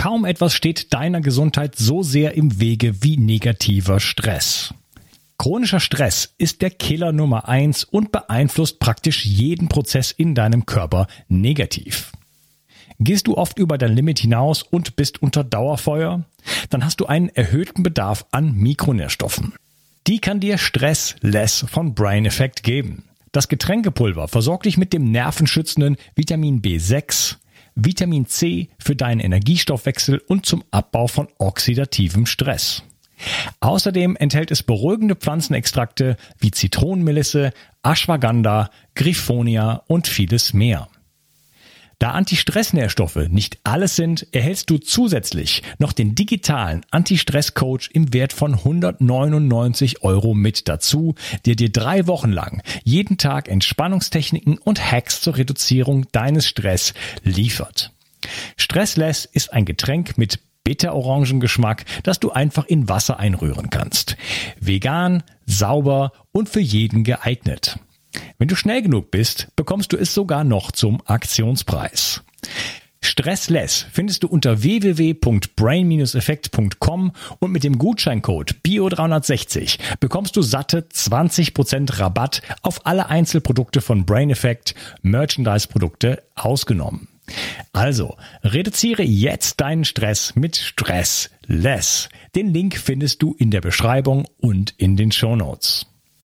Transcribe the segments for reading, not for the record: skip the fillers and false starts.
Kaum etwas steht deiner Gesundheit so sehr im Wege wie negativer Stress. Chronischer Stress ist der Killer Nummer 1 und beeinflusst praktisch jeden Prozess in deinem Körper negativ. Gehst du oft über dein Limit hinaus und bist unter Dauerfeuer? Dann hast du einen erhöhten Bedarf an Mikronährstoffen. Die kann dir Stress Less von Brain Effect geben. Das Getränkepulver versorgt dich mit dem nervenschützenden Vitamin B6, Vitamin C für deinen Energiestoffwechsel und zum Abbau von oxidativem Stress. Außerdem enthält es beruhigende Pflanzenextrakte wie Zitronenmelisse, Ashwagandha, Griffonia und vieles mehr. Da Anti-Stress-Nährstoffe nicht alles sind, erhältst du zusätzlich noch den digitalen Anti-Stress-Coach im Wert von 199 € mit dazu, der dir 3 Wochen lang jeden Tag Entspannungstechniken und Hacks zur Reduzierung deines Stress liefert. Stressless ist ein Getränk mit Bitter-Orangengeschmack, das du einfach in Wasser einrühren kannst. Vegan, sauber und für jeden geeignet. Wenn du schnell genug bist, bekommst du es sogar noch zum Aktionspreis. Stressless findest du unter www.brain-effekt.com und mit dem Gutscheincode BIO360 bekommst du satte 20% Rabatt auf alle Einzelprodukte von Brain Effect, Merchandise-Produkte ausgenommen. Also, reduziere jetzt deinen Stress mit Stressless. Den Link findest du in der Beschreibung und in den Shownotes.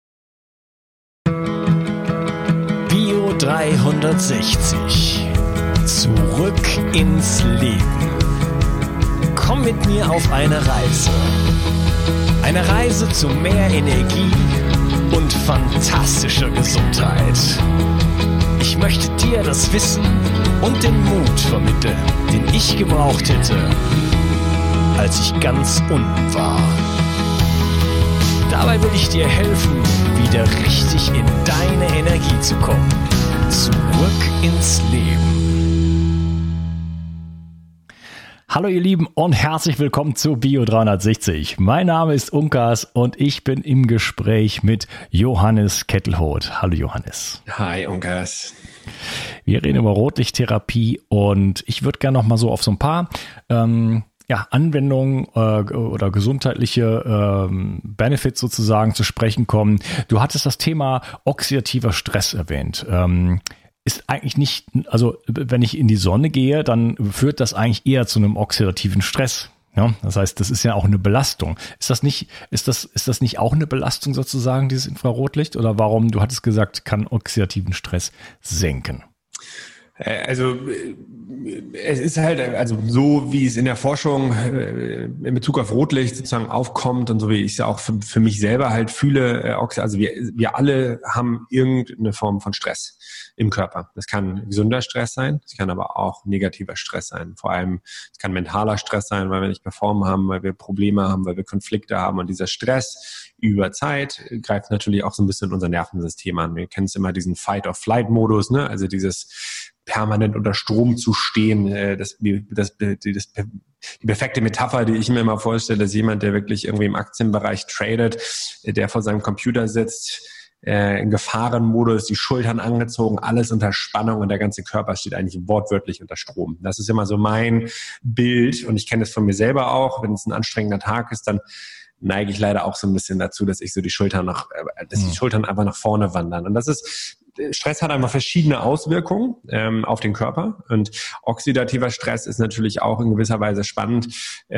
Bio 360. Zurück ins Leben. Komm mit mir auf eine Reise. Eine Reise zu mehr Energie und fantastischer Gesundheit. Ich möchte dir das Wissen und den Mut vermitteln, den ich gebraucht hätte, als ich ganz unten war. Dabei will ich dir helfen, wieder richtig in deine Energie zu kommen. Zurück ins Leben. Hallo ihr Lieben und herzlich willkommen zu Bio 360. Mein Name ist Unkas und ich bin im Gespräch mit Johannes Kettelhodt. Hallo Johannes. Hi Unkas. Wir reden über Rotlichttherapie und ich würde gerne noch mal so auf so ein paar Anwendungen oder gesundheitliche Benefits sozusagen zu sprechen kommen. Du hattest das Thema oxidativer Stress erwähnt. Ist eigentlich nicht, also wenn ich in die Sonne gehe, dann führt das eigentlich eher zu einem oxidativen Stress. Ja, das heißt, das ist ja auch eine Belastung. Ist das nicht auch eine Belastung sozusagen, dieses Infrarotlicht? Oder warum, du hattest gesagt, kann oxidativen Stress senken? Also es ist halt, also so wie es in der Forschung in Bezug auf Rotlicht sozusagen aufkommt und so wie ich es auch für mich selber halt fühle, also wir alle haben irgendeine Form von Stress im Körper. Das kann gesunder Stress sein, es kann aber auch negativer Stress sein. Vor allem, es kann mentaler Stress sein, weil wir nicht performen haben, weil wir Probleme haben, weil wir Konflikte haben. Und dieser Stress über Zeit greift natürlich auch so ein bisschen unser Nervensystem an. Wir kennen es immer, diesen Fight-or-Flight-Modus, ne? Also dieses permanent unter Strom zu stehen, die perfekte Metapher, die ich mir immer vorstelle, ist jemand, der wirklich irgendwie im Aktienbereich tradet, der vor seinem Computer sitzt, im Gefahrenmodus, die Schultern angezogen, alles unter Spannung und der ganze Körper steht eigentlich wortwörtlich unter Strom. Das ist immer so mein Bild und ich kenne es von mir selber auch, wenn es ein anstrengender Tag ist, dann neige ich leider auch so ein bisschen dazu, dass ich so die Schultern einfach nach vorne wandern. Und Stress hat einfach verschiedene Auswirkungen auf den Körper und oxidativer Stress ist natürlich auch in gewisser Weise spannend,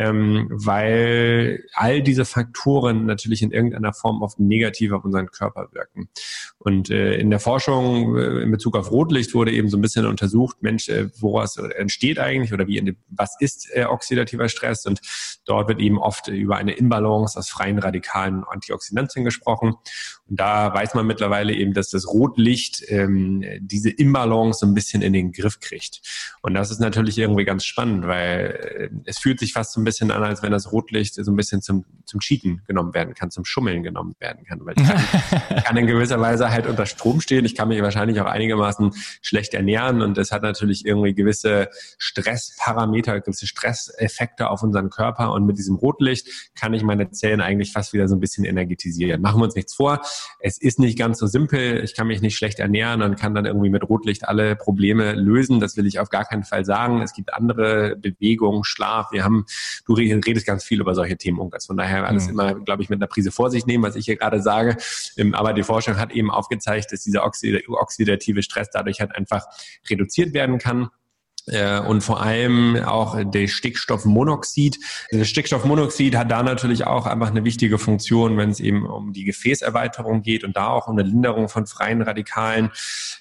weil all diese Faktoren natürlich in irgendeiner Form oft negativ auf unseren Körper wirken. Und in der Forschung in Bezug auf Rotlicht wurde eben so ein bisschen untersucht, Mensch, woraus entsteht eigentlich oder was ist oxidativer Stress? Und dort wird eben oft über eine Imbalance aus freien Radikalen und Antioxidantien gesprochen. Und da weiß man mittlerweile eben, dass das Rotlicht diese Imbalance so ein bisschen in den Griff kriegt. Und das ist natürlich irgendwie ganz spannend, weil es fühlt sich fast so ein bisschen an, als wenn das Rotlicht so ein bisschen zum Cheaten genommen werden kann, zum Schummeln genommen werden kann. Weil ich kann in gewisser Weise halt unter Strom stehen. Ich kann mich wahrscheinlich auch einigermaßen schlecht ernähren und das hat natürlich irgendwie gewisse Stressparameter, gewisse Stresseffekte auf unseren Körper und mit diesem Rotlicht kann ich meine Zellen eigentlich fast wieder so ein bisschen energetisieren. Machen wir uns nichts vor. Es ist nicht ganz so simpel. Ich kann mich nicht schlecht schlecht ernähren und kann dann irgendwie mit Rotlicht alle Probleme lösen. Das will ich auf gar keinen Fall sagen. Es gibt andere Bewegungen, Schlaf. Du redest ganz viel über solche Themen, Unkas. Von daher alles immer, glaube ich, mit einer Prise Vorsicht nehmen, was ich hier gerade sage. Aber die Forschung hat eben aufgezeigt, dass dieser oxidative Stress dadurch halt einfach reduziert werden kann. Und vor allem auch der Stickstoffmonoxid. Das Stickstoffmonoxid hat da natürlich auch einfach eine wichtige Funktion, wenn es eben um die Gefäßerweiterung geht und da auch um eine Linderung von freien Radikalen,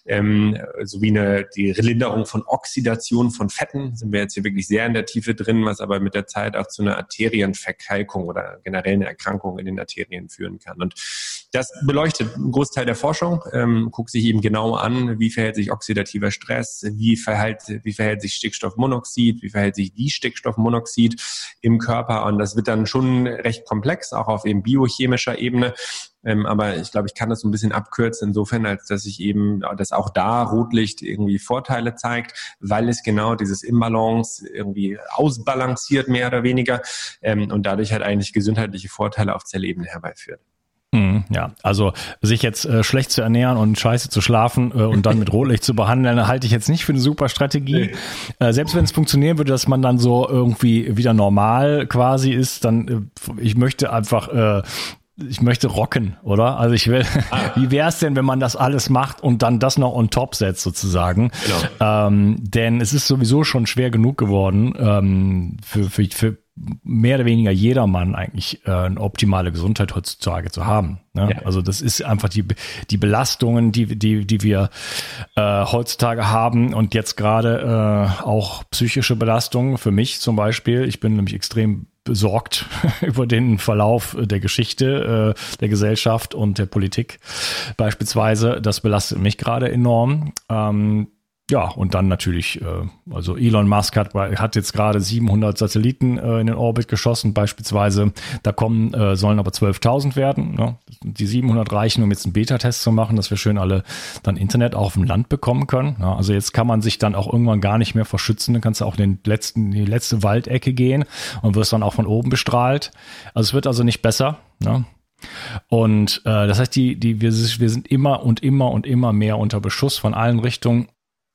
sowie die Linderung von Oxidation von Fetten. Sind wir jetzt hier wirklich sehr in der Tiefe drin, was aber mit der Zeit auch zu einer Arterienverkalkung oder generell eine Erkrankung in den Arterien führen kann. Und das beleuchtet einen Großteil der Forschung, guckt sich eben genau an, wie verhält sich oxidativer Stress, wie verhält sich Stickstoffmonoxid, wie verhält sich Distickstoffmonoxid im Körper, und das wird dann schon recht komplex, auch auf eben biochemischer Ebene. Aber ich glaube, ich kann das so ein bisschen abkürzen insofern, als dass ich eben, dass auch da Rotlicht irgendwie Vorteile zeigt, weil es genau dieses Imbalance irgendwie ausbalanciert, mehr oder weniger, und dadurch halt eigentlich gesundheitliche Vorteile auf Zellebene herbeiführt. Ja, also sich jetzt schlecht zu ernähren und scheiße zu schlafen und dann mit Rotlicht zu behandeln, halte ich jetzt nicht für eine super Strategie. Nee. Selbst wenn es funktionieren würde, dass man dann so irgendwie wieder normal quasi ist, dann ich möchte rocken, oder? Also wie wäre es denn, wenn man das alles macht und dann das noch on top setzt sozusagen? Genau. Denn es ist sowieso schon schwer genug geworden, für mehr oder weniger jedermann eigentlich eine optimale Gesundheit heutzutage zu haben. Ne? Ja. Also das ist einfach die Belastungen, die wir heutzutage haben, und jetzt gerade auch psychische Belastungen für mich zum Beispiel. Ich bin nämlich extrem besorgt über den Verlauf der Geschichte, der Gesellschaft und der Politik beispielsweise. Das belastet mich gerade enorm. Ja, und dann natürlich, also Elon Musk hat jetzt gerade 700 Satelliten in den Orbit geschossen beispielsweise. Da sollen aber 12.000 werden. Ne? Die 700 reichen, um jetzt einen Beta-Test zu machen, dass wir schön alle dann Internet auch auf dem Land bekommen können. Ja, also jetzt kann man sich dann auch irgendwann gar nicht mehr verschützen. Dann kannst du auch in die letzte Waldecke gehen und wirst dann auch von oben bestrahlt. Also es wird also nicht besser. Ne? Und das heißt, wir sind immer und immer und immer mehr unter Beschuss von allen Richtungen.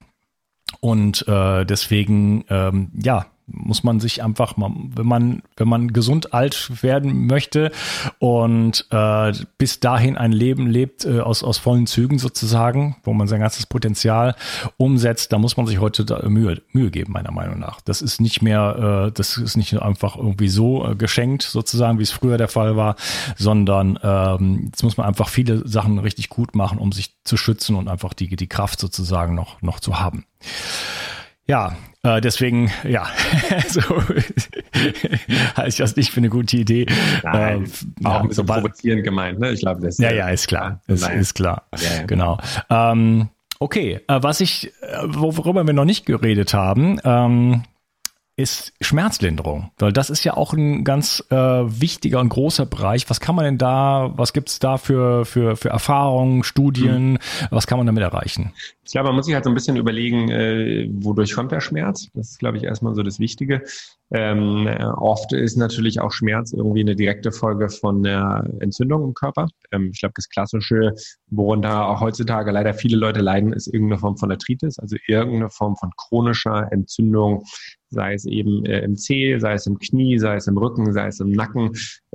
Und deswegen, muss man sich einfach mal, wenn man gesund alt werden möchte und bis dahin ein Leben lebt aus vollen Zügen sozusagen, wo man sein ganzes Potenzial umsetzt, da muss man sich heute Mühe geben, meiner Meinung nach. Das ist nicht mehr, das ist nicht einfach irgendwie so geschenkt sozusagen, wie es früher der Fall war, sondern jetzt muss man einfach viele Sachen richtig gut machen, um sich zu schützen und einfach die Kraft sozusagen noch zu haben. Ja, deswegen, ja, so halte ich das nicht für eine gute Idee. Nein, auch ein bisschen provozierend gemeint, ne? Ich glaube, das ist klar. Ist klar. Ja. Genau. Okay, worüber wir noch nicht geredet haben, ist Schmerzlinderung, weil das ist ja auch ein ganz wichtiger und großer Bereich. Was gibt's da für Erfahrungen, Studien, was kann man damit erreichen? Ich glaube, man muss sich halt so ein bisschen überlegen, wodurch kommt der Schmerz? Das ist, glaube ich, erstmal so das Wichtige. Oft ist natürlich auch Schmerz irgendwie eine direkte Folge von der Entzündung im Körper. Ich glaube, das Klassische, worunter auch heutzutage leider viele Leute leiden, ist irgendeine Form von Arthritis, also irgendeine Form von chronischer Entzündung, sei es eben im Zeh, sei es im Knie, sei es im Rücken, sei es im Nacken,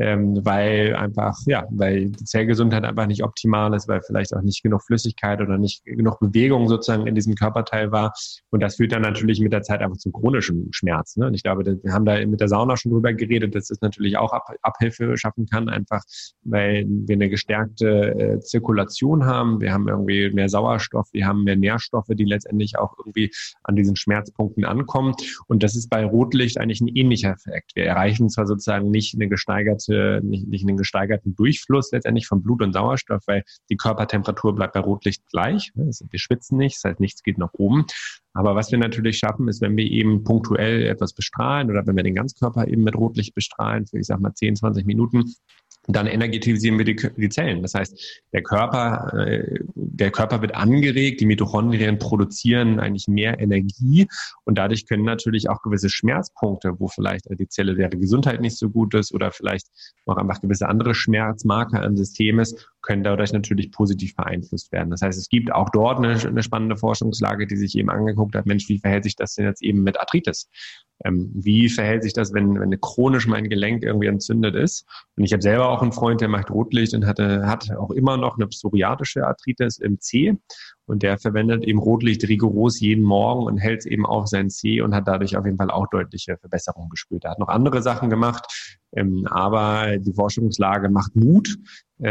weil die Zellgesundheit einfach nicht optimal ist, weil vielleicht auch nicht genug Flüssigkeit oder nicht genug Bewegung sozusagen in diesem Körperteil war. Und das führt dann natürlich mit der Zeit einfach zu chronischem Schmerz. Ne? Und ich glaube, wir haben da mit der Sauna schon drüber geredet, dass es natürlich auch Abhilfe schaffen kann, einfach weil wir eine gestärkte Zirkulation haben. Wir haben irgendwie mehr Sauerstoff, wir haben mehr Nährstoffe, die letztendlich auch irgendwie an diesen Schmerzpunkten ankommen. Und das ist bei Rotlicht eigentlich ein ähnlicher Effekt. Wir erreichen zwar sozusagen nicht einen gesteigerten Durchfluss letztendlich von Blut und Sauerstoff, weil die Körpertemperatur bleibt bei Rotlicht gleich. Wir schwitzen nicht, das heißt, nichts geht nach oben. Aber was wir natürlich schaffen, ist, wenn wir eben punktuell etwas bestrahlen oder wenn wir den Ganzkörper eben mit Rotlicht bestrahlen für, 10, 20 Minuten, dann energetisieren wir die Zellen. Das heißt, der Körper wird angeregt, die Mitochondrien produzieren eigentlich mehr Energie und dadurch können natürlich auch gewisse Schmerzpunkte, wo vielleicht die zelluläre Gesundheit nicht so gut ist oder vielleicht noch einfach gewisse andere Schmerzmarker im System ist, können dadurch natürlich positiv beeinflusst werden. Das heißt, es gibt auch dort eine spannende Forschungslage, die sich eben angeguckt hat, Mensch, wie verhält sich das denn jetzt eben mit Arthritis? Wie verhält sich das, wenn chronisch mein Gelenk irgendwie entzündet ist? Und ich habe selber auch einen Freund, der macht Rotlicht und hat auch immer noch eine psoriatische Arthritis im Zeh. Und der verwendet eben Rotlicht rigoros jeden Morgen und hält es eben auf seinen Zeh und hat dadurch auf jeden Fall auch deutliche Verbesserungen gespürt. Er hat noch andere Sachen gemacht, aber die Forschungslage macht Mut,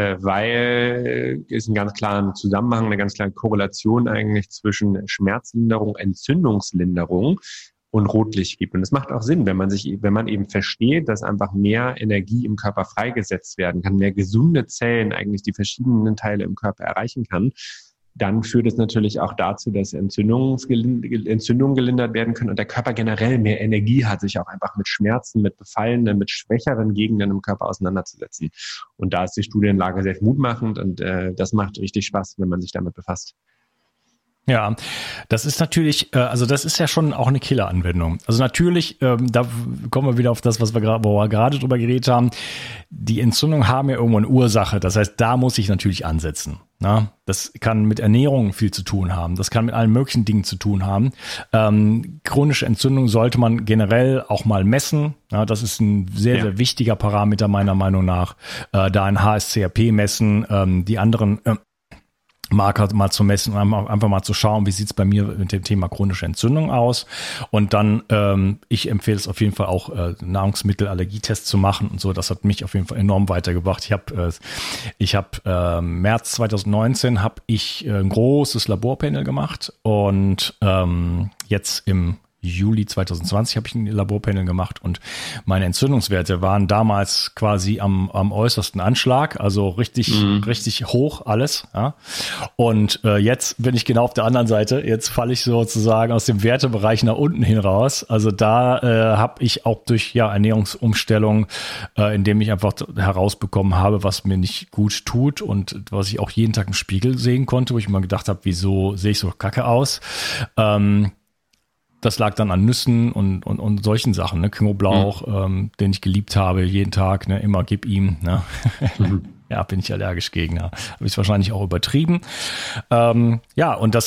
weil es einen ganz klaren Zusammenhang, eine ganz klare Korrelation eigentlich zwischen Schmerzlinderung, Entzündungslinderung und Rotlicht gibt. Und es macht auch Sinn, wenn man eben versteht, dass einfach mehr Energie im Körper freigesetzt werden kann, mehr gesunde Zellen eigentlich die verschiedenen Teile im Körper erreichen kann, dann führt es natürlich auch dazu, dass Entzündungen gelindert werden können und der Körper generell mehr Energie hat, sich auch einfach mit Schmerzen, mit befallenen, mit schwächeren Gegenden im Körper auseinanderzusetzen. Und da ist die Studienlage sehr mutmachend und das macht richtig Spaß, wenn man sich damit befasst. Ja, das ist natürlich, also das ist ja schon auch eine Killer-Anwendung. Also natürlich, da kommen wir wieder auf das, wo wir gerade drüber geredet haben. Die Entzündungen haben ja irgendwo eine Ursache. Das heißt, da muss ich natürlich ansetzen. Na, das kann mit Ernährung viel zu tun haben. Das kann mit allen möglichen Dingen zu tun haben. Chronische Entzündung sollte man generell auch mal messen. Ja, das ist ein sehr, sehr wichtiger Parameter meiner Meinung nach. Da ein HSCRP messen, die anderen Marker mal zu messen und einfach mal zu schauen, wie sieht's bei mir mit dem Thema chronische Entzündung aus. Und dann, ich empfehle es auf jeden Fall auch, Nahrungsmittelallergietests zu machen und so. Das hat mich auf jeden Fall enorm weitergebracht. Ich habe März 2019 habe ich ein großes Laborpanel gemacht und jetzt im Juli 2020 habe ich ein Laborpanel gemacht und meine Entzündungswerte waren damals quasi am äußersten Anschlag, also richtig hoch alles. Ja. Und jetzt bin ich genau auf der anderen Seite. Jetzt falle ich sozusagen aus dem Wertebereich nach unten hin raus. Also da habe ich auch durch Ernährungsumstellung, indem ich einfach herausbekommen habe, was mir nicht gut tut und was ich auch jeden Tag im Spiegel sehen konnte, wo ich mir gedacht habe, wieso sehe ich so kacke aus? Das lag dann an Nüssen und solchen Sachen, ne? Knoblauch, den ich geliebt habe, jeden Tag, ne? Immer gib ihm, ne? Ja, bin ich allergisch gegen, ja. Habe ich wahrscheinlich auch übertrieben. Ja, und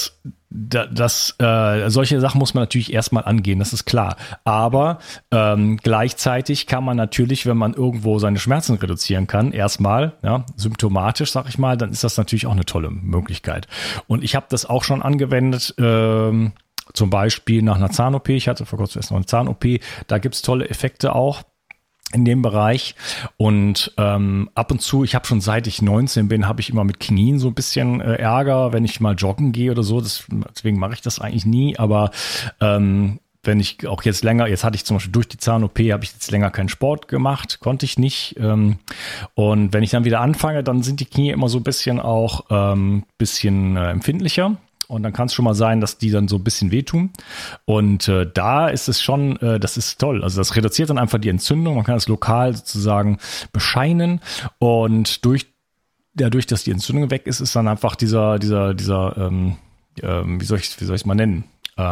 solche Sachen muss man natürlich erstmal angehen, das ist klar. Aber gleichzeitig kann man natürlich, wenn man irgendwo seine Schmerzen reduzieren kann, erstmal, ja, symptomatisch, sag ich mal, dann ist das natürlich auch eine tolle Möglichkeit. Und ich habe das auch schon angewendet, zum Beispiel nach einer Zahn-OP. Ich hatte vor kurzem erst noch eine Zahn-OP. Da gibt's tolle Effekte auch in dem Bereich. Und ab und zu, ich habe schon seit ich 19 bin, habe ich immer mit Knien so ein bisschen Ärger, wenn ich mal joggen gehe oder so. Deswegen mache ich das eigentlich nie. Aber wenn ich auch jetzt hatte ich zum Beispiel durch die Zahn-OP, habe ich jetzt länger keinen Sport gemacht, konnte ich nicht. Und wenn ich dann wieder anfange, dann sind die Knie immer so ein bisschen auch empfindlicher. Und dann kann es schon mal sein, dass die dann so ein bisschen wehtun. Und da ist es schon, das ist toll. Also das reduziert dann einfach die Entzündung. Man kann es lokal sozusagen bescheinen. Und dadurch, dass die Entzündung weg ist, ist dann einfach dieser wie soll ich es mal nennen?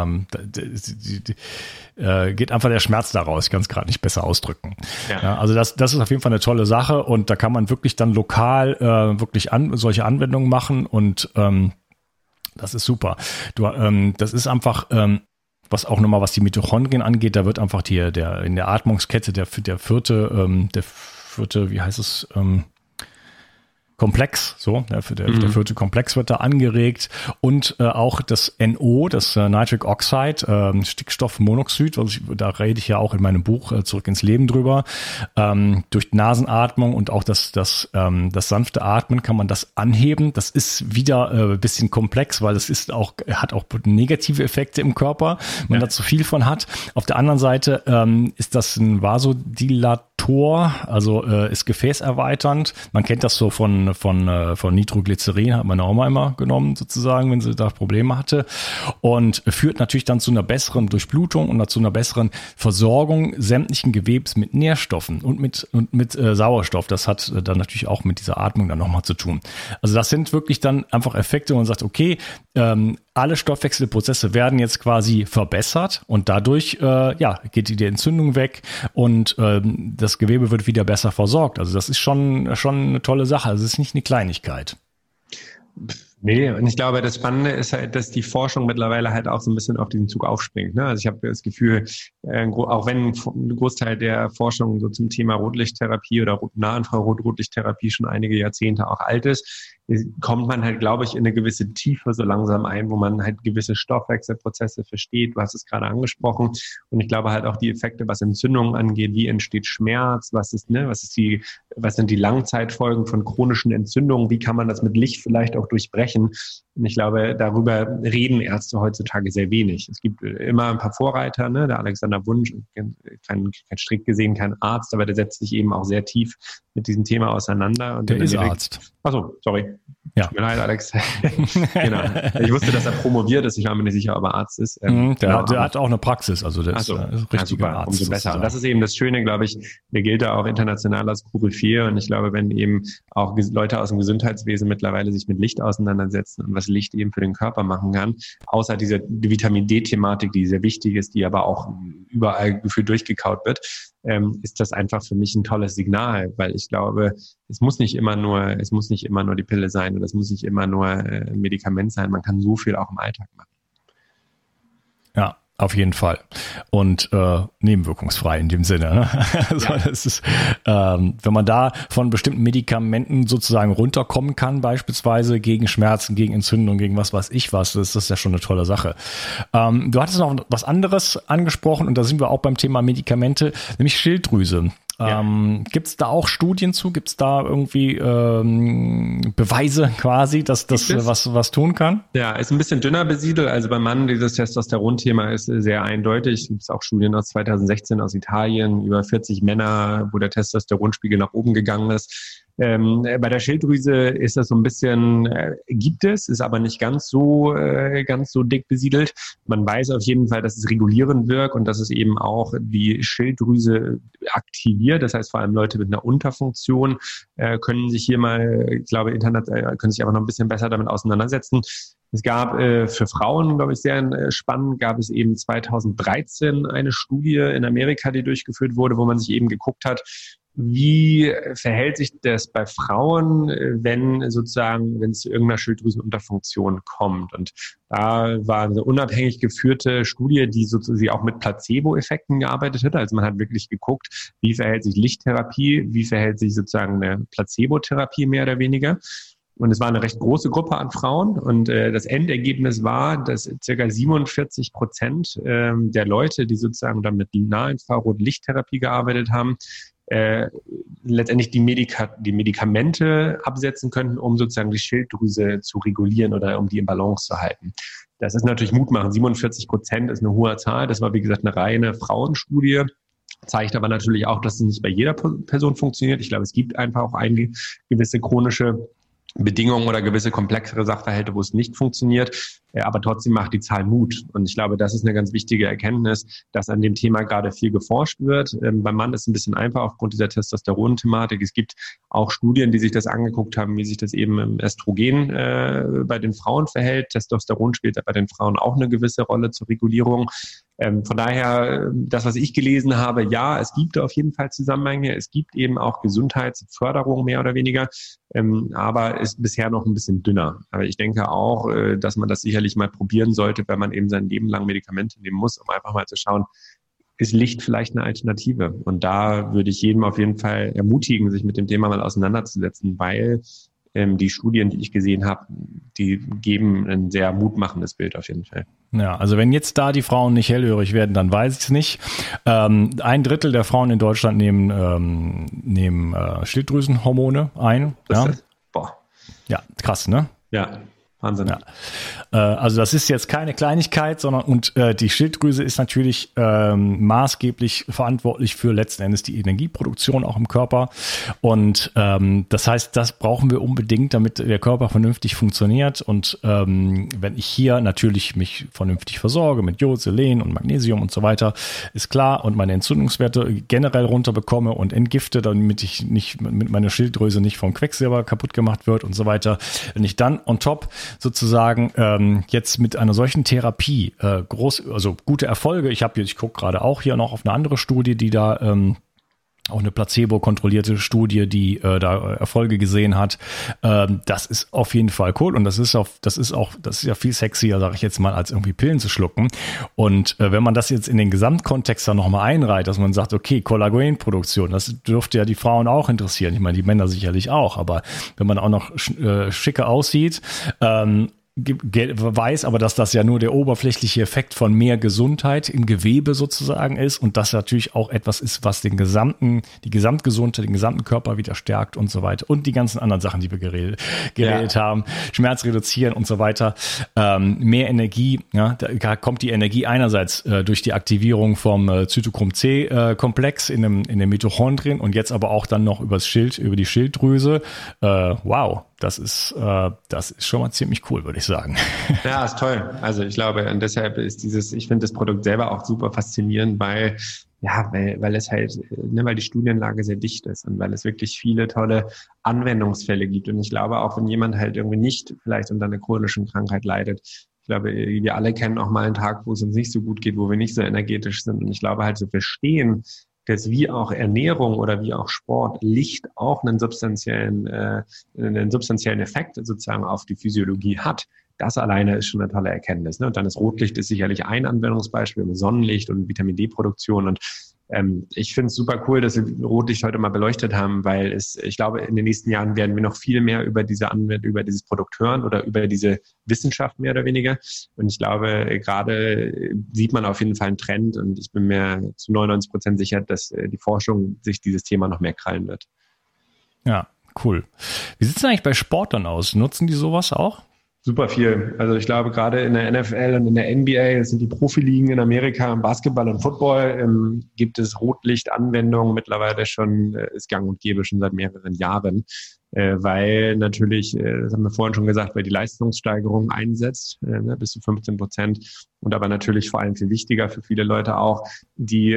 Geht einfach der Schmerz daraus. Ich kann es gerade nicht besser ausdrücken. Ja, also das ist auf jeden Fall eine tolle Sache. Und da kann man wirklich dann lokal solche Anwendungen machen und das ist super. Das ist einfach, was die Mitochondrien angeht, da wird einfach in der Atmungskette der vierte, wie heißt es, Komplex, so, der vierte Komplex wird da angeregt und auch das NO, das Nitric Oxide, Stickstoffmonoxid, da rede ich ja auch in meinem Buch Zurück ins Leben drüber. Durch Nasenatmung und auch das sanfte Atmen kann man das anheben. Das ist wieder ein bisschen komplex, weil es hat auch negative Effekte im Körper, wenn man da zu viel von hat. Auf der anderen Seite ist das ein Vasodilator Vasodilator, also ist gefäßerweiternd. Man kennt das so von Nitroglycerin, hat meine Oma immer genommen sozusagen, wenn sie da Probleme hatte, und führt natürlich dann zu einer besseren Durchblutung und zu einer besseren Versorgung sämtlichen Gewebs mit Nährstoffen und mit Sauerstoff. Das hat dann natürlich auch mit dieser Atmung dann nochmal zu tun. Also das sind wirklich dann einfach Effekte, wo man sagt, okay, alle Stoffwechselprozesse werden jetzt quasi verbessert und dadurch geht die Entzündung weg und das Gewebe wird wieder besser versorgt. Also das ist schon eine tolle Sache. Also es ist nicht eine Kleinigkeit. Nee, und ich glaube, das Spannende ist halt, dass die Forschung mittlerweile halt auch so ein bisschen auf diesen Zug aufspringt. Ne? Also ich habe das Gefühl, auch wenn ein Großteil der Forschung so zum Thema Rotlichttherapie oder Nahinfrarot-Rotlichttherapie schon einige Jahrzehnte auch alt ist, kommt man halt, glaube ich, in eine gewisse Tiefe so langsam ein, wo man halt gewisse Stoffwechselprozesse versteht. Du hast es gerade angesprochen. Und ich glaube halt auch die Effekte, was Entzündungen angeht, wie entsteht Schmerz, was sind die Langzeitfolgen von chronischen Entzündungen, wie kann man das mit Licht vielleicht auch durchbrechen. Und ich glaube, darüber reden Ärzte heutzutage sehr wenig. Es gibt immer ein paar Vorreiter, ne? Der Alexander Wunsch, strikt gesehen kein Arzt, aber der setzt sich eben auch sehr tief mit diesem Thema auseinander. Und der ist Arzt. Achso, sorry. Ja. Tut mir leid, Alex. Genau. Ich wusste, dass er promoviert ist. Ich war mir nicht sicher, ob er Arzt ist. Der hat auch eine Praxis. Also der ist richtiger Arzt. Umso besser. Und das ist eben das Schöne, glaube ich. Der gilt da auch international als Koryphäe. Und ich glaube, wenn eben auch Leute aus dem Gesundheitswesen mittlerweile sich mit Licht auseinandersetzen und was Licht eben für den Körper machen kann, außer die Vitamin-D-Thematik, die sehr wichtig ist, die aber auch überall gefühlt durchgekaut wird, ist das einfach für mich ein tolles Signal, weil ich glaube, es muss nicht immer nur die Pille sein oder es muss nicht immer nur ein Medikament sein. Man kann so viel auch im Alltag machen. Ja, auf jeden Fall. Und nebenwirkungsfrei in dem Sinne. Ne? Also das ist, wenn man da von bestimmten Medikamenten sozusagen runterkommen kann, beispielsweise gegen Schmerzen, gegen Entzündung, gegen was weiß ich was, das ist ja schon eine tolle Sache. Du hattest noch was anderes angesprochen und da sind wir auch beim Thema Medikamente, nämlich Schilddrüse. Ja. Gibt es da auch Studien zu? Gibt es da irgendwie Beweise quasi, dass das was tun kann? Ja, ist ein bisschen dünner besiedelt. Also beim Mann, dieses Testosteron-Thema ist sehr eindeutig. Es gibt auch Studien aus 2016 aus Italien, über 40 Männer, wo der Testosteronspiegel nach oben gegangen ist. Bei der Schilddrüse ist das so ein bisschen, ist aber nicht ganz so dick besiedelt. Man weiß auf jeden Fall, dass es regulierend wirkt und dass es eben auch die Schilddrüse aktiviert. Das heißt, vor allem Leute mit einer Unterfunktion können sich hier mal, ich glaube, können sich aber noch ein bisschen besser damit auseinandersetzen. Es gab für Frauen, glaube ich, sehr spannend, gab es eben 2013 eine Studie in Amerika, die durchgeführt wurde, wo man sich eben geguckt hat, wie verhält sich das bei Frauen, wenn es zu irgendeiner Schilddrüsenunterfunktion kommt? Und da war eine unabhängig geführte Studie, die sozusagen auch mit Placebo-Effekten gearbeitet hat. Also man hat wirklich geguckt, wie verhält sich Lichttherapie, wie verhält sich sozusagen eine Placebo-Therapie mehr oder weniger. Und es war eine recht große Gruppe an Frauen. Und das Endergebnis war, dass ca. 47% der Leute, die sozusagen dann mit Nahinfrarot-Lichttherapie gearbeitet haben, letztendlich die Medikamente absetzen könnten, um sozusagen die Schilddrüse zu regulieren oder um die in Balance zu halten. Das ist natürlich Mutmachen. 47% ist eine hohe Zahl. Das war, wie gesagt, eine reine Frauenstudie. Zeigt aber natürlich auch, dass es nicht bei jeder Person funktioniert. Ich glaube, es gibt einfach auch einige gewisse chronische Bedingungen oder gewisse komplexere Sachverhalte, wo es nicht funktioniert, aber trotzdem macht die Zahl Mut. Und ich glaube, das ist eine ganz wichtige Erkenntnis, dass an dem Thema gerade viel geforscht wird. Beim Mann ist es ein bisschen einfach aufgrund dieser Testosteron-Thematik. Es gibt auch Studien, die sich das angeguckt haben, wie sich das eben im Östrogen bei den Frauen verhält. Testosteron spielt bei den Frauen auch eine gewisse Rolle zur Regulierung. Von daher, das, was ich gelesen habe, ja, es gibt auf jeden Fall Zusammenhänge. Es gibt eben auch Gesundheitsförderung mehr oder weniger, aber ist bisher noch ein bisschen dünner. Aber ich denke auch, dass man das sicherlich mal probieren sollte, wenn man eben sein Leben lang Medikamente nehmen muss, um einfach mal zu schauen, ist Licht vielleicht eine Alternative? Und da würde ich jedem auf jeden Fall ermutigen, sich mit dem Thema mal auseinanderzusetzen, weil die Studien, die ich gesehen habe, die geben ein sehr mutmachendes Bild auf jeden Fall. Ja, also wenn jetzt da die Frauen nicht hellhörig werden, dann weiß ich es nicht. 1/3 der Frauen in Deutschland nehmen Schilddrüsenhormone ein. Ja? Boah. Ja, krass, ne? Ja. Wahnsinn. Ja. Also das ist jetzt keine Kleinigkeit, sondern die Schilddrüse ist natürlich maßgeblich verantwortlich für letzten Endes die Energieproduktion auch im Körper. Und das heißt, das brauchen wir unbedingt, damit der Körper vernünftig funktioniert. Und wenn ich hier natürlich mich vernünftig versorge mit Jod, Selen und Magnesium und so weiter, ist klar, und meine Entzündungswerte generell runterbekomme und entgifte, damit ich nicht mit meiner Schilddrüse nicht vom Quecksilber kaputt gemacht wird und so weiter. Wenn ich dann on top sozusagen jetzt mit einer solchen Therapie also gute Erfolge. Ich gucke gerade auch hier noch auf eine andere Studie, die da auch eine placebo-kontrollierte Studie, die da Erfolge gesehen hat. Das ist auf jeden Fall cool und das ist ja viel sexier, sage ich jetzt mal, als irgendwie Pillen zu schlucken. Und wenn man das jetzt in den Gesamtkontext dann nochmal einreiht, dass man sagt, okay, Kollagenproduktion, das dürfte ja die Frauen auch interessieren. Ich meine, die Männer sicherlich auch, aber wenn man auch noch schicker aussieht, weiß aber, dass das ja nur der oberflächliche Effekt von mehr Gesundheit im Gewebe sozusagen ist und das natürlich auch etwas ist, was die Gesamtgesundheit, den gesamten Körper wieder stärkt und so weiter und die ganzen anderen Sachen, die wir geredet haben, Schmerz reduzieren und so weiter, mehr Energie, ja, da kommt die Energie einerseits durch die Aktivierung vom Zytochrom-C-Komplex in den Mitochondrien und jetzt aber auch dann noch über die Schilddrüse. Wow. Das ist schon mal ziemlich cool, würde ich sagen. Ja, ist toll. Also ich glaube, und deshalb ist ich finde das Produkt selber auch super faszinierend, weil es halt, weil die Studienlage sehr dicht ist und weil es wirklich viele tolle Anwendungsfälle gibt. Und ich glaube auch, wenn jemand halt irgendwie nicht vielleicht unter einer chronischen Krankheit leidet, ich glaube, wir alle kennen auch mal einen Tag, wo es uns nicht so gut geht, wo wir nicht so energetisch sind. Und ich glaube halt zu verstehen, dass wie auch Ernährung oder wie auch Sport Licht auch einen substanziellen Effekt sozusagen auf die Physiologie hat. Das alleine ist schon eine tolle Erkenntnis. Ne? Und dann ist Rotlicht ist sicherlich ein Anwendungsbeispiel mit Sonnenlicht und Vitamin D-Produktion. Und ich finde es super cool, dass wir Rotlicht heute mal beleuchtet haben, weil ich glaube, in den nächsten Jahren werden wir noch viel mehr über über dieses Produkt hören oder über diese Wissenschaft mehr oder weniger. Und ich glaube, gerade sieht man auf jeden Fall einen Trend und ich bin mir zu 99% sicher, dass die Forschung sich dieses Thema noch mehr krallen wird. Ja, cool. Wie sieht es eigentlich bei Sportlern aus? Nutzen die sowas auch? Super viel. Also ich glaube, gerade in der NFL und in der NBA, das sind die Profiligen in Amerika, im Basketball und Football, gibt es Rotlichtanwendungen mittlerweile schon, ist gang und gäbe schon seit mehreren Jahren. Weil natürlich, das haben wir vorhin schon gesagt, weil die Leistungssteigerung einsetzt, bis zu 15%. Und aber natürlich vor allem viel wichtiger für viele Leute auch die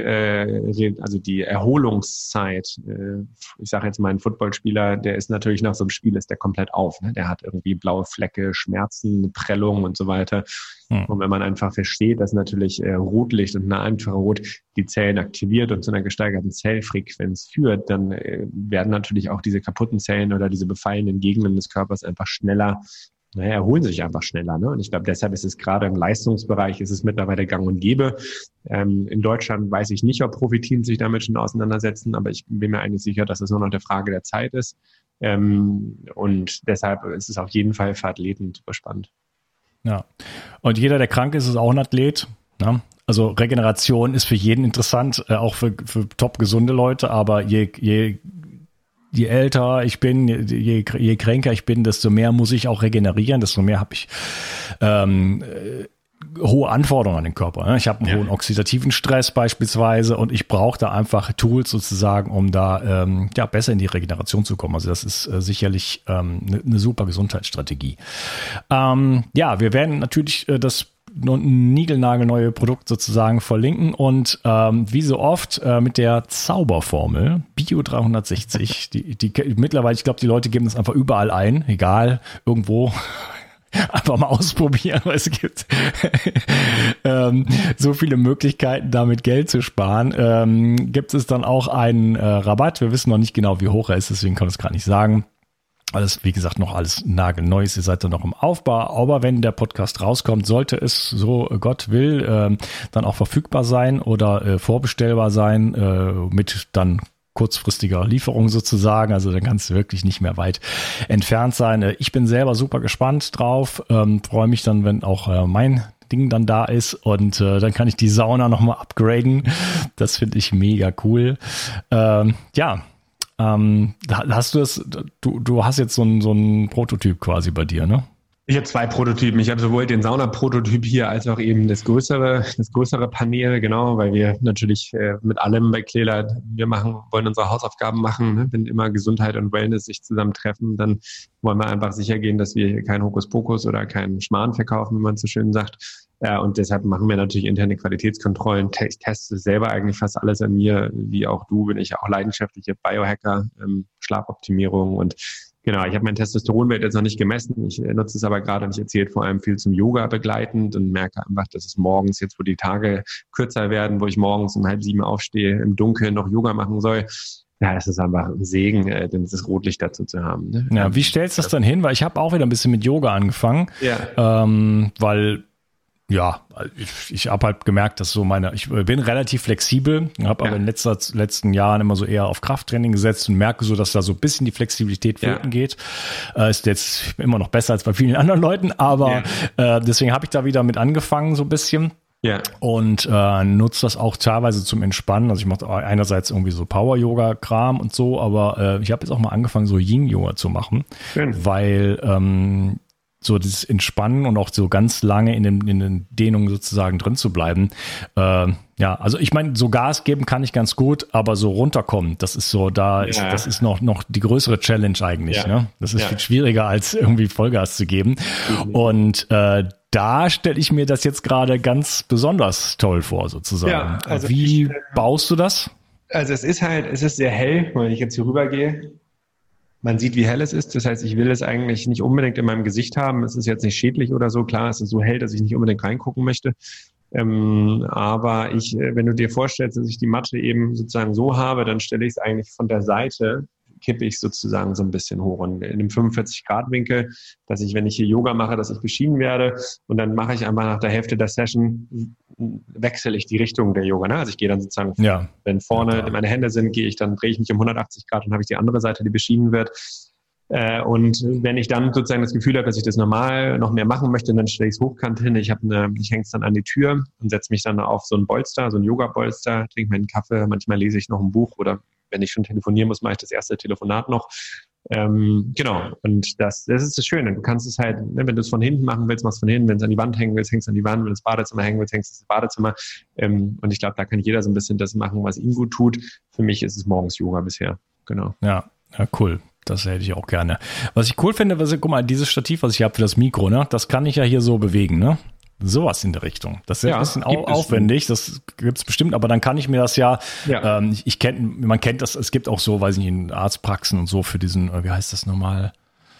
Erholungszeit. Ich sage jetzt mal, ein Footballspieler, der ist natürlich nach so einem Spiel ist der komplett auf. Ne? Der hat irgendwie blaue Flecke, Schmerzen, Prellung und so weiter. Und wenn man einfach versteht, dass natürlich Rotlicht und eine Infrarot die Zellen aktiviert und zu einer gesteigerten Zellfrequenz führt, dann werden natürlich auch diese kaputten Zellen oder diese befallenen Gegenden des Körpers einfach schneller, erholen sich einfach schneller. Ne? Und ich glaube, deshalb ist es gerade im Leistungsbereich, ist es mittlerweile gang und gäbe. In Deutschland weiß ich nicht, ob Profiteams sich damit schon auseinandersetzen, aber ich bin mir eigentlich sicher, dass es nur noch eine Frage der Zeit ist. Und deshalb ist es auf jeden Fall für Athleten super spannend. Ja, und jeder, der krank ist, ist auch ein Athlet. Ne? Also Regeneration ist für jeden interessant, auch für top gesunde Leute, aber je älter ich bin, je kränker ich bin, desto mehr muss ich auch regenerieren, desto mehr habe ich hohe Anforderungen an den Körper. Ne? Ich habe einen hohen oxidativen Stress beispielsweise und ich brauche da einfach Tools sozusagen, um da besser in die Regeneration zu kommen. Also das ist sicherlich eine super Gesundheitsstrategie. Wir werden natürlich das niegelnagelneue Produkt sozusagen verlinken und wie so oft mit der Zauberformel Bio 360, die mittlerweile, ich glaube, die Leute geben das einfach überall ein, egal, irgendwo. Einfach mal ausprobieren, weil es gibt so viele Möglichkeiten, damit Geld zu sparen. Gibt es dann auch einen Rabatt? Wir wissen noch nicht genau, wie hoch er ist, deswegen kann ich es gar nicht sagen. Alles, wie gesagt, noch alles nagelneu ist. Ihr seid dann noch im Aufbau. Aber wenn der Podcast rauskommt, sollte es, so Gott will, dann auch verfügbar sein oder vorbestellbar sein mit dann kurzfristiger Lieferung sozusagen, also dann kannst du wirklich nicht mehr weit entfernt sein. Ich bin selber super gespannt drauf, freue mich dann, wenn auch mein Ding dann da ist und dann kann ich die Sauna nochmal upgraden. Das finde ich mega cool. Hast du das, du hast jetzt so ein Prototyp quasi bei dir, ne? Ich habe 2 Prototypen. Ich habe sowohl den Sauna-Prototyp hier als auch eben das größere Panel, genau, weil wir natürlich mit allem bei Clearlight, wollen unsere Hausaufgaben machen. Ne? Wenn immer Gesundheit und Wellness sich zusammentreffen, dann wollen wir einfach sicher gehen, dass wir keinen Hokuspokus oder keinen Schmarrn verkaufen, wie man so schön sagt. Und deshalb machen wir natürlich interne Qualitätskontrollen. Ich teste selber eigentlich fast alles an mir, wie auch du, bin ich auch leidenschaftlicher Biohacker, Schlafoptimierung und genau, ich habe meinen Testosteronwert jetzt noch nicht gemessen. Ich nutze es aber gerade und ich erzähle vor allem viel zum Yoga begleitend und merke einfach, dass es morgens, jetzt wo die Tage kürzer werden, wo ich morgens um 6:30 aufstehe, im Dunkeln noch Yoga machen soll. Ja, es ist einfach ein Segen, das Rotlicht dazu zu haben. Ne? Ja, wie stellst du das dann hin? Weil ich habe auch wieder ein bisschen mit Yoga angefangen, weil ja, ich habe halt gemerkt, dass ich bin relativ flexibel, habe aber in den letzten Jahren immer so eher auf Krafttraining gesetzt und merke so, dass da so ein bisschen die Flexibilität flöten geht. Ist jetzt immer noch besser als bei vielen anderen Leuten, aber deswegen habe ich da wieder mit angefangen so ein bisschen. Ja. Und nutze das auch teilweise zum Entspannen. Also ich mache einerseits irgendwie so Power-Yoga-Kram und so, aber ich habe jetzt auch mal angefangen, so Yin-Yoga zu machen, weil so dieses Entspannen und auch so ganz lange in den Dehnungen sozusagen drin zu bleiben. Ja, also ich meine, so Gas geben kann ich ganz gut, aber so runterkommen, das ist so, das ist noch die größere Challenge eigentlich. Ja. Ne? Das ist viel schwieriger, als irgendwie Vollgas zu geben. Und da stelle ich mir das jetzt gerade ganz besonders toll vor, sozusagen. Ja, also wie baust du das? Also es ist sehr hell, wenn ich jetzt hier rübergehe. Man sieht, wie hell es ist. Das heißt, ich will es eigentlich nicht unbedingt in meinem Gesicht haben. Es ist jetzt nicht schädlich oder so. Klar, es ist so hell, dass ich nicht unbedingt reingucken möchte. Aber wenn du dir vorstellst, dass ich die Matte eben sozusagen so habe, dann stelle ich es eigentlich von der Seite, kippe ich sozusagen so ein bisschen hoch und in einem 45-Grad-Winkel, dass ich, wenn ich hier Yoga mache, dass ich beschienen werde und dann mache ich einfach nach der Hälfte der Session, wechsle ich die Richtung der Yoga. Ne? Also ich gehe dann sozusagen, wenn vorne meine Hände sind, drehe ich mich um 180 Grad und habe ich die andere Seite, die beschienen wird. Und wenn ich dann sozusagen das Gefühl habe, dass ich das normal noch mehr machen möchte, dann stelle ich es hochkant hin. Ich hänge es dann an die Tür und setze mich dann auf so ein Polster, so ein Yoga-Polster, trinke meinen Kaffee, manchmal lese ich noch ein Buch oder wenn ich schon telefonieren muss, mache ich das erste Telefonat noch. Genau, und das ist das Schöne. Du kannst es halt, wenn du es von hinten machen willst, machst du von hinten. Wenn du es an die Wand hängen willst, hängst du an die Wand. Wenn du ins Badezimmer hängen willst, hängst du ins Badezimmer. Und ich glaube, da kann jeder so ein bisschen das machen, was ihm gut tut. Für mich ist es morgens Yoga bisher. Genau. Ja, cool. Das hätte ich auch gerne. Was ich cool finde, guck mal, dieses Stativ, was ich habe für das Mikro, ne, das kann ich ja hier so bewegen, ne? Sowas in der Richtung. Das ist ja ein bisschen aufwendig, das gibt's bestimmt, aber dann kann ich mir das man kennt das, es gibt auch so, weiß ich nicht, in Arztpraxen und so für diesen, wie heißt das nochmal?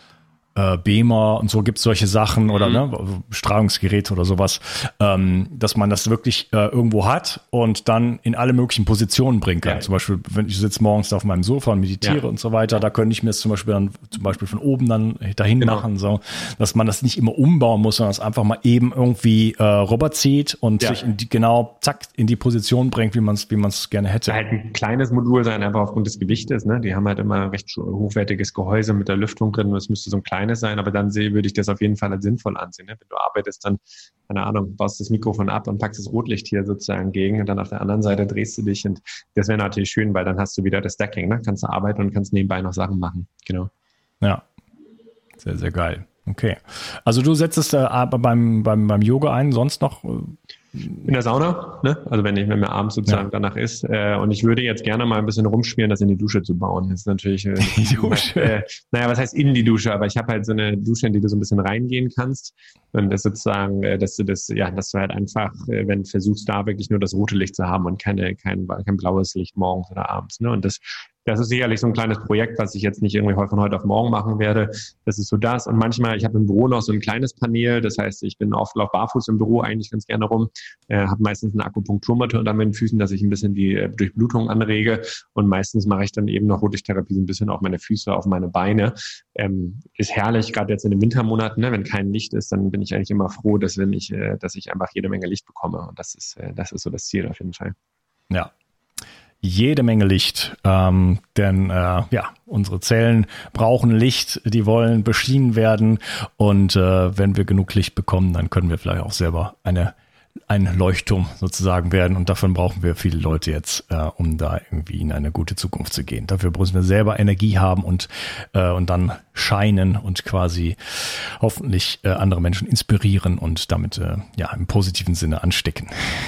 BEMER und so gibt's solche Sachen oder Strahlungsgeräte oder sowas, dass man das wirklich irgendwo hat und dann in alle möglichen Positionen bringen kann. Zum Beispiel, wenn ich sitze morgens da auf meinem Sofa und meditiere und so weiter, da könnte ich mir das zum Beispiel von oben dann dahin machen, so, dass man das nicht immer umbauen muss, sondern es einfach mal eben irgendwie rüberzieht und sich in die Position bringt, wie man es gerne hätte. Halt ein kleines Modul sein, einfach aufgrund des Gewichtes, ne? Die haben halt immer recht hochwertiges Gehäuse mit der Lüftung drin und es müsste so ein kleines sein, aber dann würde ich das auf jeden Fall als sinnvoll ansehen. Ne? Wenn du arbeitest, dann, keine Ahnung, baust das Mikrofon ab und packst das Rotlicht hier sozusagen gegen und dann auf der anderen Seite drehst du dich und das wäre natürlich schön, weil dann hast du wieder das Stacking, ne? Kannst du arbeiten und kannst nebenbei noch Sachen machen. Genau. Ja, sehr, sehr geil. Okay. Also du setzt es beim Yoga ein, sonst noch? In der Sauna, ne? Also wenn mir abends sozusagen danach ist. Und ich würde jetzt gerne mal ein bisschen rumschmieren, das in die Dusche zu bauen. Das ist natürlich die Dusche. Was heißt in die Dusche? Aber ich habe halt so eine Dusche, in die du so ein bisschen reingehen kannst. Und das sozusagen, dass du halt einfach, wenn du versuchst, da wirklich nur das rote Licht zu haben und kein blaues Licht morgens oder abends. Ne? Und das ist sicherlich so ein kleines Projekt, was ich jetzt nicht irgendwie von heute auf morgen machen werde. Das ist so das. Und manchmal, ich habe im Büro noch so ein kleines Panel. Das heißt, ich bin oft barfuß im Büro eigentlich ganz gerne rum. Habe meistens eine Akupunkturmatte unter meinen Füßen, dass ich ein bisschen die Durchblutung anrege. Und meistens mache ich dann eben noch Rotlichttherapie so ein bisschen auf meine Füße, auf meine Beine. Ist herrlich, gerade jetzt in den Wintermonaten, ne? Wenn kein Licht ist, dann bin ich eigentlich immer froh, dass ich einfach jede Menge Licht bekomme. Und das ist so das Ziel auf jeden Fall. Ja. Jede Menge Licht, denn unsere Zellen brauchen Licht, die wollen beschienen werden und wenn wir genug Licht bekommen, dann können wir vielleicht auch selber eine ein Leuchtturm sozusagen werden. Und davon brauchen wir viele Leute jetzt, um da irgendwie in eine gute Zukunft zu gehen. Dafür müssen wir selber Energie haben und dann scheinen und quasi hoffentlich andere Menschen inspirieren und damit im positiven Sinne anstecken.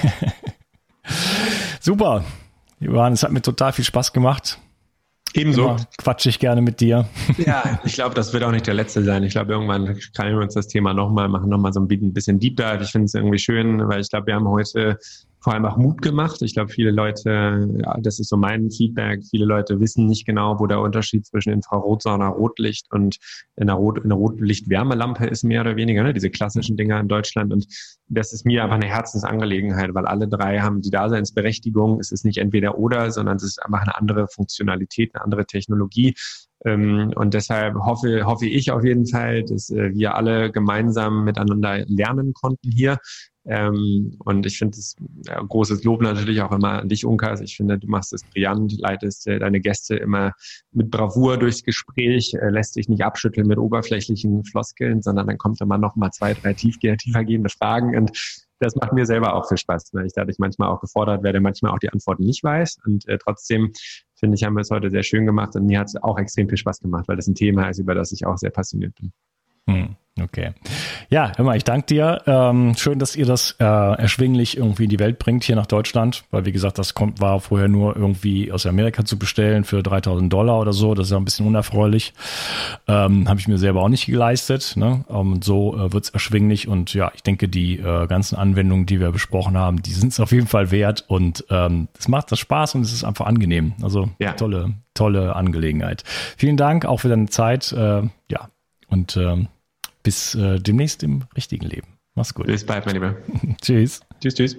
Super. Johann, es hat mir total viel Spaß gemacht. Ebenso. Quatsche ich gerne mit dir. Ja, ich glaube, das wird auch nicht der letzte sein. Ich glaube, irgendwann können wir uns das Thema machen nochmal so ein bisschen Deep Dive. Ich finde es irgendwie schön, weil ich glaube, wir haben heute vor allem auch Mut gemacht. Ich glaube, viele Leute, das ist so mein Feedback, viele Leute wissen nicht genau, wo der Unterschied zwischen Infrarotsauna, Rotlicht und eine Rotlicht-Wärmelampe ist, mehr oder weniger, ne? Diese klassischen Dinger in Deutschland. Und das ist mir einfach eine Herzensangelegenheit, weil alle drei haben die Daseinsberechtigung. Es ist nicht entweder oder, sondern es ist einfach eine andere Funktionalität, eine andere Technologie. Und deshalb hoffe ich auf jeden Fall, dass wir alle gemeinsam miteinander lernen konnten hier. Und ich finde es großes Lob natürlich auch immer an dich, Unkas. Ich finde, du machst es brillant, leitest deine Gäste immer mit Bravour durchs Gespräch, lässt dich nicht abschütteln mit oberflächlichen Floskeln, sondern dann kommt immer noch mal 2, 3 tiefergehende Fragen. Und das macht mir selber auch viel Spaß, weil ich dadurch manchmal auch gefordert werde, manchmal auch die Antworten nicht weiß. Und trotzdem finde ich, haben wir es heute sehr schön gemacht. Und mir hat es auch extrem viel Spaß gemacht, weil das ein Thema ist, über das ich auch sehr passioniert bin. Okay. Ja, hör mal, ich danke dir. Schön, dass ihr das erschwinglich irgendwie in die Welt bringt, hier nach Deutschland. Weil, wie gesagt, das war vorher nur irgendwie aus Amerika zu bestellen für $3.000 oder so. Das ist ja ein bisschen unerfreulich. Habe ich mir selber auch nicht geleistet. Ne? So wird's erschwinglich. Und ja, ich denke, die ganzen Anwendungen, die wir besprochen haben, die sind es auf jeden Fall wert. Und es macht das Spaß und es ist einfach angenehm. Also ja. Tolle Angelegenheit. Vielen Dank auch für deine Zeit. Und bis demnächst im richtigen Leben. Mach's gut. Bis bald, mein Lieber. Tschüss. Tschüss.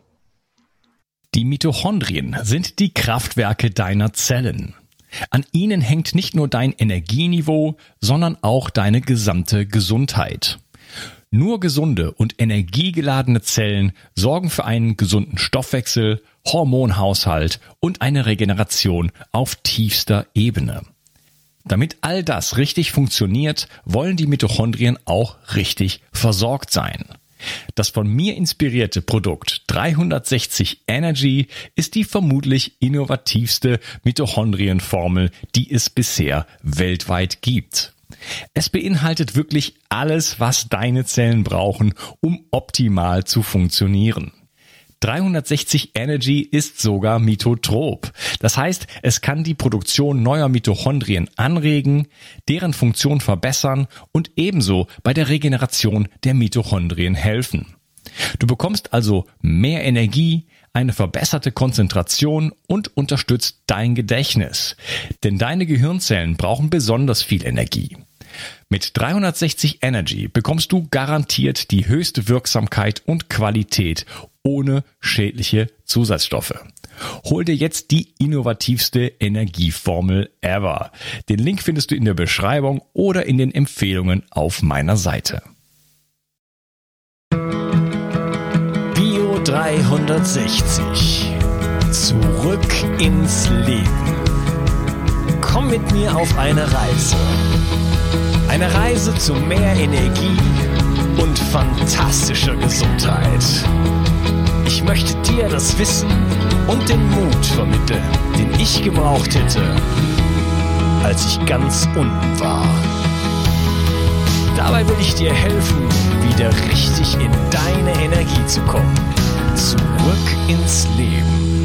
Die Mitochondrien sind die Kraftwerke deiner Zellen. An ihnen hängt nicht nur dein Energieniveau, sondern auch deine gesamte Gesundheit. Nur gesunde und energiegeladene Zellen sorgen für einen gesunden Stoffwechsel, Hormonhaushalt und eine Regeneration auf tiefster Ebene. Damit all das richtig funktioniert, wollen die Mitochondrien auch richtig versorgt sein. Das von mir inspirierte Produkt 360 Energy ist die vermutlich innovativste Mitochondrienformel, die es bisher weltweit gibt. Es beinhaltet wirklich alles, was deine Zellen brauchen, um optimal zu funktionieren. 360 Energy ist sogar mitotrop. Das heißt, es kann die Produktion neuer Mitochondrien anregen, deren Funktion verbessern und ebenso bei der Regeneration der Mitochondrien helfen. Du bekommst also mehr Energie, eine verbesserte Konzentration und unterstützt dein Gedächtnis. Denn deine Gehirnzellen brauchen besonders viel Energie. Mit 360 Energy bekommst du garantiert die höchste Wirksamkeit und Qualität ohne schädliche Zusatzstoffe. Hol dir jetzt die innovativste Energieformel ever. Den Link findest du in der Beschreibung oder in den Empfehlungen auf meiner Seite. Bio 360. Zurück ins Leben. Komm mit mir auf eine Reise. Eine Reise zu mehr Energie und fantastischer Gesundheit. Ich möchte dir das Wissen und den Mut vermitteln, den ich gebraucht hätte, als ich ganz unten war. Dabei will ich dir helfen, wieder richtig in deine Energie zu kommen. Zurück ins Leben.